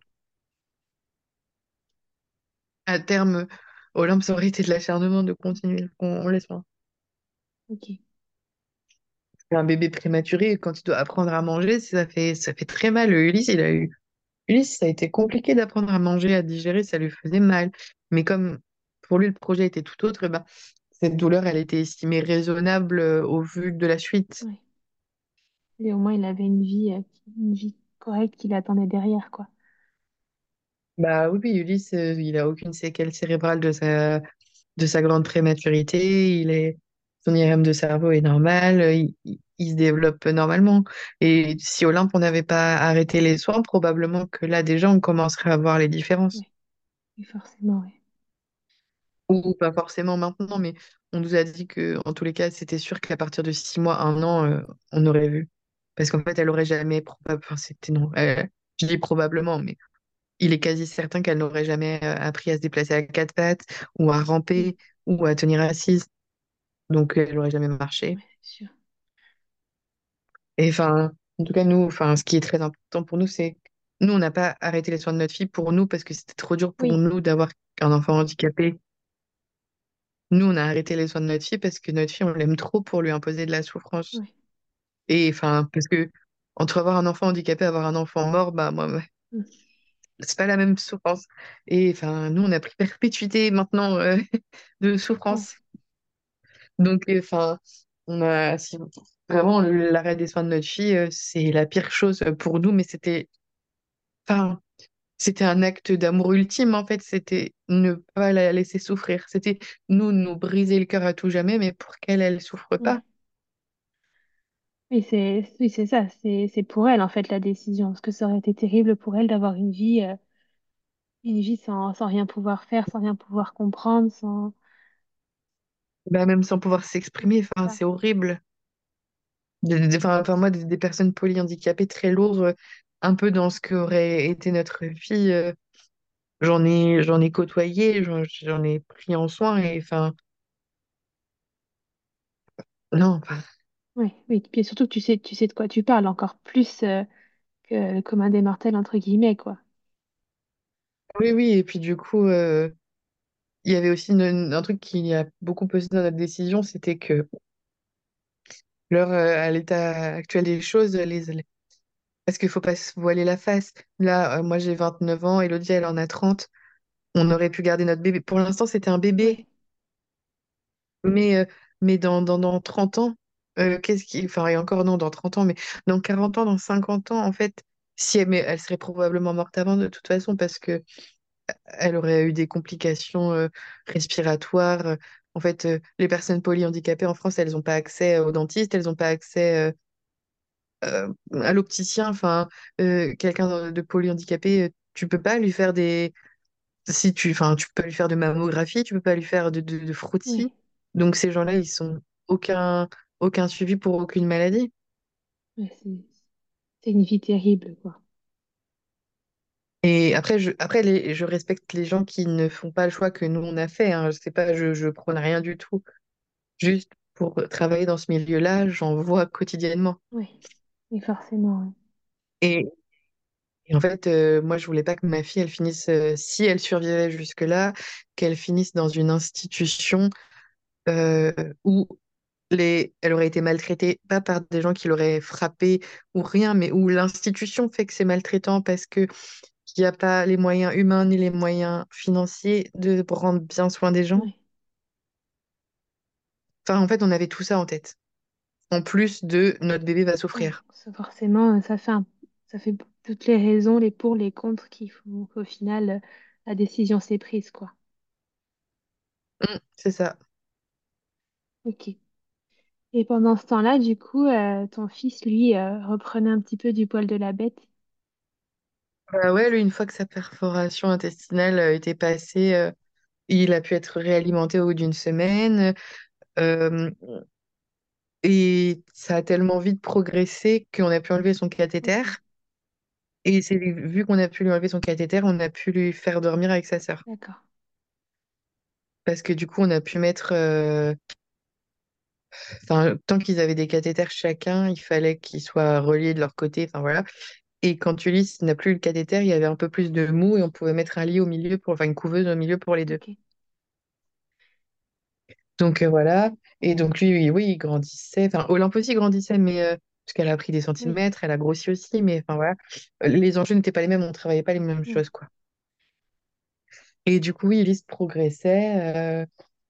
à terme, Olympe, ça aurait été de l'acharnement de continuer. On laisse pas. ok. Un bébé prématuré, quand il doit apprendre à manger, ça fait très mal. Ulysse, ça a été compliqué d'apprendre à manger, à digérer, ça lui faisait mal. Mais comme pour lui, le projet était tout autre, bah, cette douleur, elle était estimée raisonnable au vu de la suite. Ouais. Et au moins, il avait une vie correcte qui l'attendait derrière, quoi. Bah oui, oui, Ulysse, il a aucune séquelle cérébrale de sa grande prématurité. Son IRM de cerveau est normal, il se développe normalement. Et si Olympe, on n'avait pas arrêté les soins, probablement que là, déjà, on commencerait à voir les différences. Ouais, et forcément, ouais. Ou pas forcément maintenant, mais on nous a dit que, en tous les cas, c'était sûr qu'à partir de 6 mois, 1 an, on aurait vu. Parce qu'en fait, elle aurait jamais, enfin, c'était non. Je dis probablement, mais il est quasi certain qu'elle n'aurait jamais appris à se déplacer à quatre pattes, ou à Oui, ramper, ou à tenir assise. Donc, elle n'aurait jamais marché. ouais, c'est sûr. Et enfin, en tout cas, nous, enfin, ce qui est très important pour nous, c'est nous, on n'a pas arrêté les soins de notre fille pour nous parce que c'était trop dur pour Oui, nous d'avoir un enfant handicapé. Nous, on a arrêté les soins de notre fille parce que notre fille, on l'aime trop pour lui imposer de la souffrance. ouais. Et enfin, parce que entre avoir un enfant handicapé et avoir un enfant mort, bah, moi, ouais, Mm. c'est pas la même souffrance. Et enfin, nous, on a pris perpétuité maintenant de Ouais, souffrance. Donc, enfin, vraiment, l'arrêt des soins de notre fille, c'est la pire chose pour nous, mais enfin, c'était un acte d'amour ultime, en fait. C'était ne pas la laisser souffrir. C'était nous briser le cœur à tout jamais, mais pour qu'elle, elle souffre ouais. pas. Et oui, c'est ça, c'est pour elle, en fait, la décision. Parce que ça aurait été terrible pour elle d'avoir une vie sans rien pouvoir faire, sans rien pouvoir comprendre, sans... Bah, même sans pouvoir s'exprimer, enfin, Ça. c'est horrible. Enfin, moi, des personnes polyhandicapées très lourdes, un peu dans ce qu'aurait été notre vie, j'en ai côtoyé, j'en ai pris en soin, et enfin, non, enfin, Ouais, oui, puis surtout que tu sais de quoi tu parles, encore plus que le commun des mortels, entre guillemets, quoi. oui, oui, et puis du coup, il y avait aussi un truc qui a beaucoup pesé dans notre décision, c'était que à l'état actuel des choses, parce qu'il faut pas se voiler la face. Là, moi j'ai 29 ans, Elodie elle en a 30. On aurait pu garder notre bébé. Pour l'instant, c'était un Ouais, bébé, mais, dans 30 ans, enfin, et encore non, dans 30 ans, mais dans 40 ans, dans 50 ans, en fait, si elle, mais elle serait probablement morte avant de toute façon, parce que elle aurait eu des complications respiratoires. En fait, les personnes polyhandicapées en France, elles n'ont pas accès aux dentistes, elles n'ont pas accès à l'opticien. Enfin, quelqu'un de polyhandicapé, tu peux pas lui faire si tu, enfin, tu peux pas lui faire de mammographie, tu peux pas lui faire de Oui, frottis. Donc ces gens-là, ils sont aucun, aucun suivi pour aucune maladie. ouais, c'est une vie terrible, quoi. Et après, je respecte les gens qui ne font pas le choix que nous on a fait. Hein. Je sais pas, je prône rien du tout. Juste pour travailler dans ce milieu-là, j'en vois quotidiennement. Oui, et forcément, ouais. Et, et en fait, moi, je voulais pas que ma fille, elle finisse, si elle survivait jusque-là, qu'elle finisse dans une institution euh, où elle aurait été maltraitée, pas par des gens qui l'auraient frappée ou rien, mais où l'institution fait que c'est maltraitant parce que il n'y a pas les moyens humains ni les moyens financiers de prendre bien soin des gens. Ouais. Enfin, en fait, on avait tout ça en tête. En plus de notre bébé va Ouais, souffrir. ça, forcément, ça fait toutes les raisons, les pour, les contre, qui font qu'au final, la décision s'est prise, quoi. C'est ça. Ok. Et pendant ce temps-là, du coup, ton fils, lui, reprenait un petit peu du poil de la bête. Ouais, lui, une fois que sa perforation intestinale était passée, il a pu être réalimenté au bout d'une semaine. euh, et ça a tellement vite progressé qu'on a pu enlever son cathéter. Ok, Et c'est vu qu'on a pu lui enlever son cathéter, on a pu lui faire dormir avec sa sœur. d'accord. Parce que du coup, on a pu mettre, enfin, tant qu'ils avaient des cathéters chacun, il fallait qu'ils soient reliés de leur côté. Enfin voilà. Et quand Ulysse n'a plus le cathéter, il y avait un peu plus de mou et on pouvait mettre un lit au milieu pour, enfin une couveuse au milieu pour les deux. Ok, Donc voilà. Et donc lui, oui, oui, il grandissait. Enfin, Olympe aussi grandissait, mais parce qu'elle a pris des oui, centimètres, elle a grossi aussi, mais enfin voilà. Les enjeux n'étaient pas les mêmes, on travaillait pas les mêmes oui, choses, quoi. Et du coup, oui, Ulysse progressait.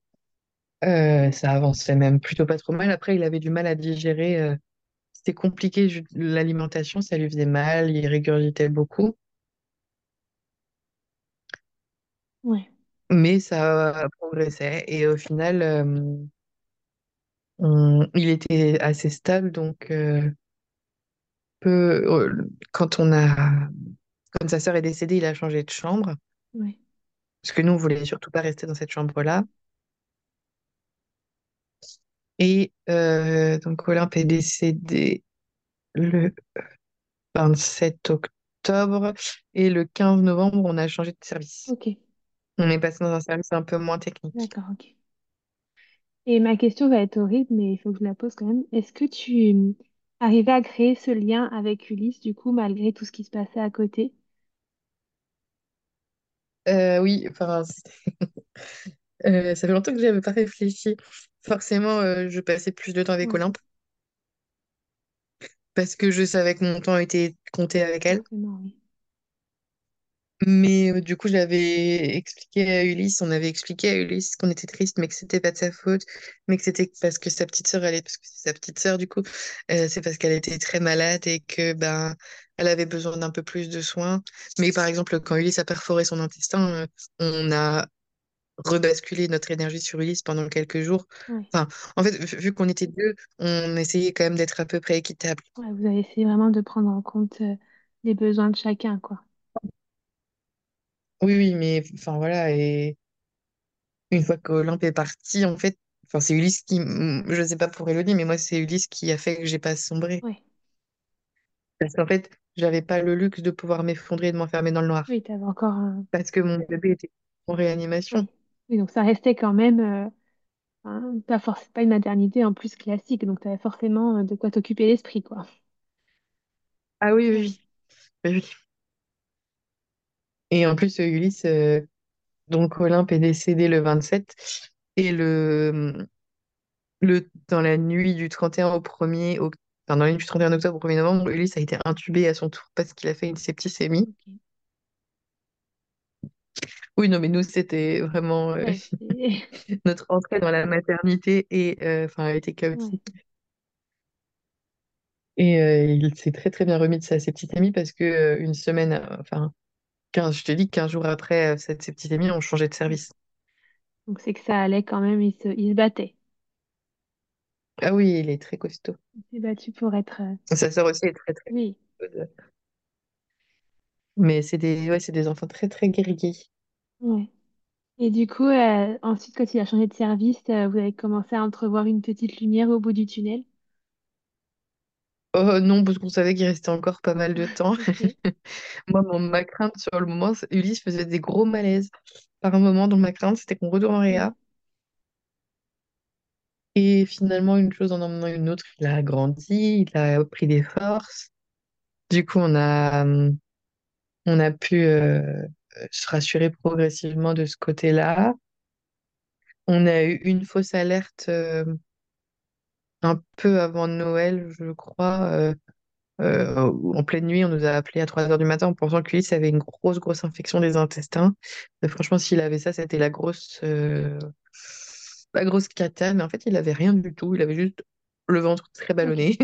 Ça avançait même plutôt pas trop mal. Après, il avait du mal à digérer. C'était compliqué, l'alimentation, ça lui faisait mal, il régurgitait beaucoup. ouais, Mais ça progressait. Et au final, il était assez stable. Donc, quand quand sa sœur est décédée, il a changé de chambre. ouais, Parce que nous, on voulait surtout pas rester dans cette chambre-là. Et donc, Olympe est décédée le 27 octobre. Et le 15 novembre, on a changé de service. ok, On est passé dans un service un peu moins technique. d'accord, ok. Et ma question va être horrible, mais il faut que je la pose quand même. Est-ce que tu arrivais à créer ce lien avec Ulysse, du coup, malgré tout ce qui se passait à côté? Oui, enfin, ça fait longtemps que j'avais pas réfléchi. Forcément, je passais plus de temps avec Oui, Olympe parce que je savais que mon temps était compté avec elle. forcément, oui. Mais du coup, j'avais expliqué à Ulysse, on avait expliqué à Ulysse qu'on était triste, mais que c'était pas de sa faute, mais que c'était parce que sa petite sœur, parce que c'est sa petite sœur, du coup, c'est parce qu'elle était très malade et que ben, elle avait besoin d'un peu plus de soins. Mais par exemple, quand Ulysse a perforé son intestin, on a rebasculé notre énergie sur Ulysse pendant quelques jours. Ouais. Enfin, en fait, vu qu'on était deux, on essayait quand même d'être à peu près équitable. Ouais, vous avez essayé vraiment de prendre en compte les besoins de chacun, quoi. Oui, oui, mais enfin voilà, et une fois qu'Olympe est parti, en fait, enfin c'est Ulysse qui, je sais pas pour Elodie, mais moi c'est Ulysse qui a fait que j'ai pas sombré. Ouais. Parce qu'en fait, j'avais pas le luxe de pouvoir m'effondrer et de m'enfermer dans le noir. Oui, t'avais encore un... Parce que mon bébé était en réanimation. Oui. Oui, donc ça restait quand même pas une maternité en plus classique, donc t'avais forcément de quoi t'occuper l'esprit, quoi. Ah oui, oui, Ouais. oui. Oui, oui. Et en plus, Ulysse, donc Olympe est décédé le 27 et dans la nuit du 31 au 1er, enfin, dans la nuit du 31 octobre au 1er novembre, Ulysse a été intubé à son tour parce qu'il a fait une septicémie. Ok. Oui, non, mais nous, c'était vraiment Ouais, c'est... notre entrée dans la maternité et enfin, a été Ouais. chaotique. Et il s'est très très bien remis de sa septicémie parce que une semaine, enfin, 15, je te dis, 15 jours après cette septicémie, on changeait de Ouais. service. Donc c'est que ça allait quand même, il se battait. Ah oui, il est très costaud. Il s'est battu pour être... Sa sœur aussi est très très Oui. costaud. Mais c'est des, ouais, c'est des enfants très très guerriers. Ouais. Et du coup, ensuite, quand il a changé de service, vous avez commencé à entrevoir une petite lumière au bout du tunnel. Oh non, parce qu'on savait qu'il restait encore pas mal de temps. Ok. Moi, ma crainte sur le moment, Ulysse faisait des gros malaises par un moment, donc ma crainte, c'était qu'on retourne en réa. Ouais. Et finalement, une chose en emmenant une autre, il a grandi, il a pris des forces. Du coup, on a pu se rassurer progressivement de ce côté-là. On a eu une fausse alerte un peu avant Noël, je crois. En pleine nuit, on nous a appelé à 3 heures du matin en pensant que lui, ça avait une grosse infection des intestins. Franchement, s'il avait ça, c'était la grosse cata. Mais en fait, il avait rien du tout. Il avait juste le ventre très Ok. ballonné.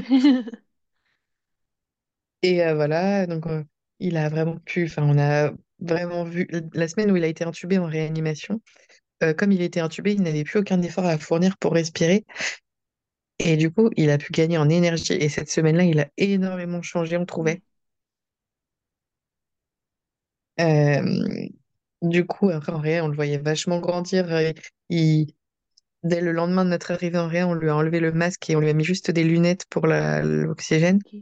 Et voilà, donc il a vraiment pu. Enfin, on a vraiment vu la semaine où il a été intubé en réanimation. Comme il était intubé, il n'avait plus aucun effort à fournir pour respirer. Et du coup, il a pu gagner en énergie. Et cette semaine-là, il a énormément changé, on trouvait. Ouais. Euh, du coup, après, en réa, on le voyait vachement grandir. Il- Dès le lendemain de notre arrivée en réa, on lui a enlevé le masque et on lui a mis juste des lunettes pour l'oxygène. Ok.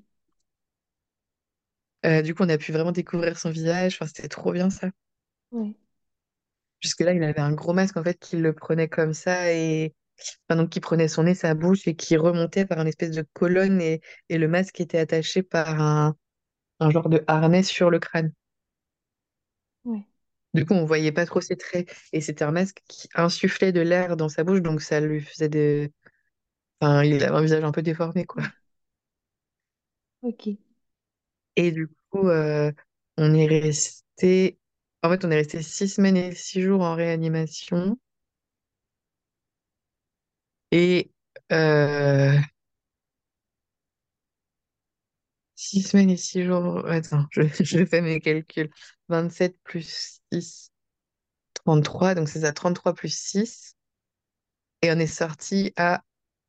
Du coup, on a pu vraiment découvrir son visage. Enfin, c'était trop bien ça. Ouais. Jusque-là, il avait un gros masque en fait qui le prenait comme ça et enfin, donc qui prenait son nez, sa bouche et qui remontait par une espèce de colonne et le masque était attaché par un genre de harnais sur le crâne. Ouais. Du coup, on voyait pas trop ses traits et c'était un masque qui insufflait de l'air dans sa bouche donc ça lui faisait des enfin, il avait un visage un peu déformé quoi. Ouais. Ok. Et du coup, on est resté en fait, on est resté 6 semaines et 6 jours en réanimation et euh, 6 semaines et 6 jours. Attends, je fais mes calculs. 27 plus 6, 33. Donc c'est ça, 33 plus 6. Et on est sorti à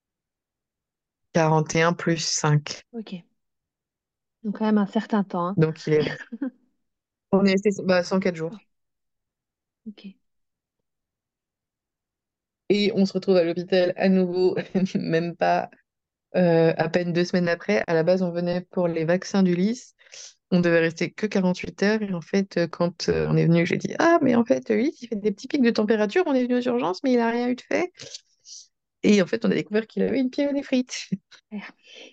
41 plus 5. Ok. Donc quand même un certain temps, hein. Donc on est resté 104 jours. Ouais. Ok. Et on se retrouve à l'hôpital à nouveau, même pas à peine 2 semaines après. À la base, on venait pour les vaccins d'Ulysse. On devait rester que 48 heures. Et en fait, quand on est venu, j'ai dit, ah, mais en fait, Ulysse, il fait des petits pics de température. On est venu aux urgences, mais il n'a rien eu de fait. Et en fait, on a découvert qu'il avait une pyélonéphrite. Ouais.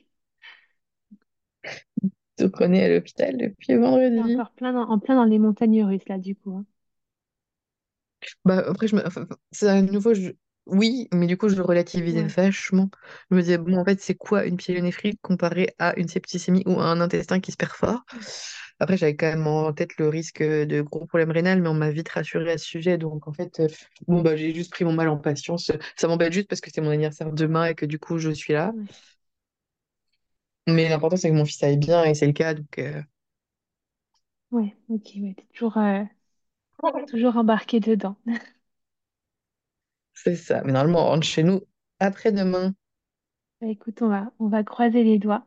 Donc, on est à l'hôpital depuis C'est vendredi. encore en plein dans les montagnes russes, là, du coup, hein. Bah, après, enfin, c'est à nouveau, oui, mais du coup, je le relativisais Ouais. vachement. Je me disais, bon, en fait, c'est quoi une pyélonéphrite comparée à une septicémie ou à un intestin qui se perfore? Ouais. Après, j'avais quand même en tête le risque de gros problèmes rénals, mais on m'a vite rassurée à ce sujet. Donc, en fait, bon, bah, j'ai juste pris mon mal en patience. Ça m'embête juste parce que c'est mon anniversaire demain et que du coup, je suis là. Ouais. Mais l'important, c'est que mon fils aille bien et c'est le cas. Donc, Ouais. Ok. Ouais. T'es toujours embarqué dedans. c'est ça. Mais normalement, on rentre chez nous après-demain. Bah, écoute, on va croiser les doigts.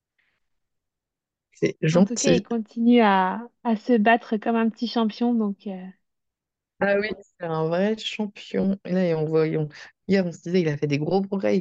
C'est En tout cas, il gentil. continue à se battre comme un petit champion. Donc, Ah oui, c'est un vrai champion. Et là, hier, on se disait, il a fait des gros progrès.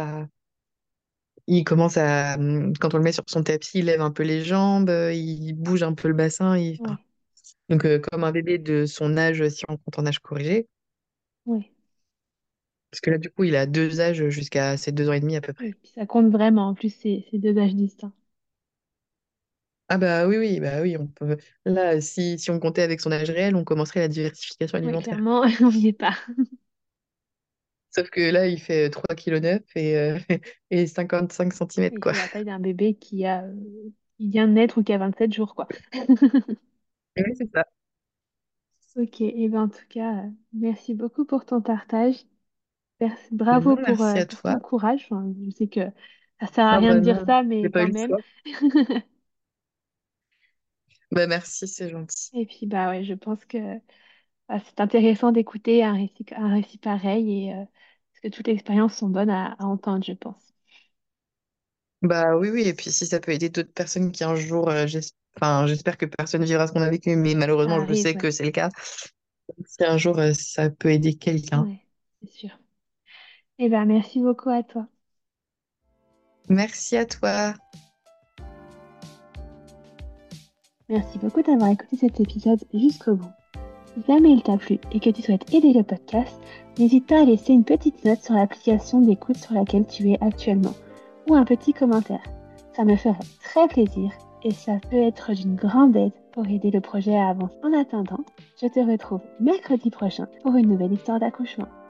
Quand on le met sur son tapis, il lève un peu les jambes, il bouge un peu le bassin. Enfin, ouais. donc, comme un bébé de son âge, si on compte en âge corrigé. Ouais. Parce que là, du coup, il a 2 âges jusqu'à ses 2 ans et demi à peu près. Oui, puis ça compte vraiment. En plus, c'est deux âges distincts. Ah bah oui, bah oui, on peut. Là, si on comptait avec son âge réel, on commencerait la diversification Ouais, alimentaire. clairement, on n'y est pas. Sauf que là, il fait 3,9 kg et 55 cm, Il quoi. fait la taille d'un bébé qui vient de naître ou qui a 27 jours, quoi. Oui, c'est ça. Ok, et ben en tout cas, merci beaucoup pour ton partage. Bravo Non, merci à pour ton toi. courage. Enfin, je sais que ça sert à Ah rien de bah dire non, ça, j'ai mais pas eu quand le même. choix. Bah merci, c'est gentil. Et puis bah ouais, je pense que c'est intéressant d'écouter un récit pareil et parce que toutes les expériences sont bonnes à entendre, je pense. Bah oui, oui, et puis si ça peut aider d'autres personnes qui un jour, enfin, j'espère que personne vivra ce qu'on a vécu, mais Ça malheureusement, je arrive, sais ouais. que c'est le cas. Si un jour ça peut aider quelqu'un. Ouais, c'est sûr. Eh ben, merci beaucoup à toi. Merci à toi. Merci beaucoup d'avoir écouté cet épisode jusqu'au bout. Si jamais il t'a plu et que tu souhaites aider le podcast, n'hésite pas à laisser une petite note sur l'application d'écoute sur laquelle tu es actuellement ou un petit commentaire. Ça me ferait très plaisir et ça peut être d'une grande aide pour aider le projet à avancer. En attendant, je te retrouve mercredi prochain pour une nouvelle histoire d'accouchement.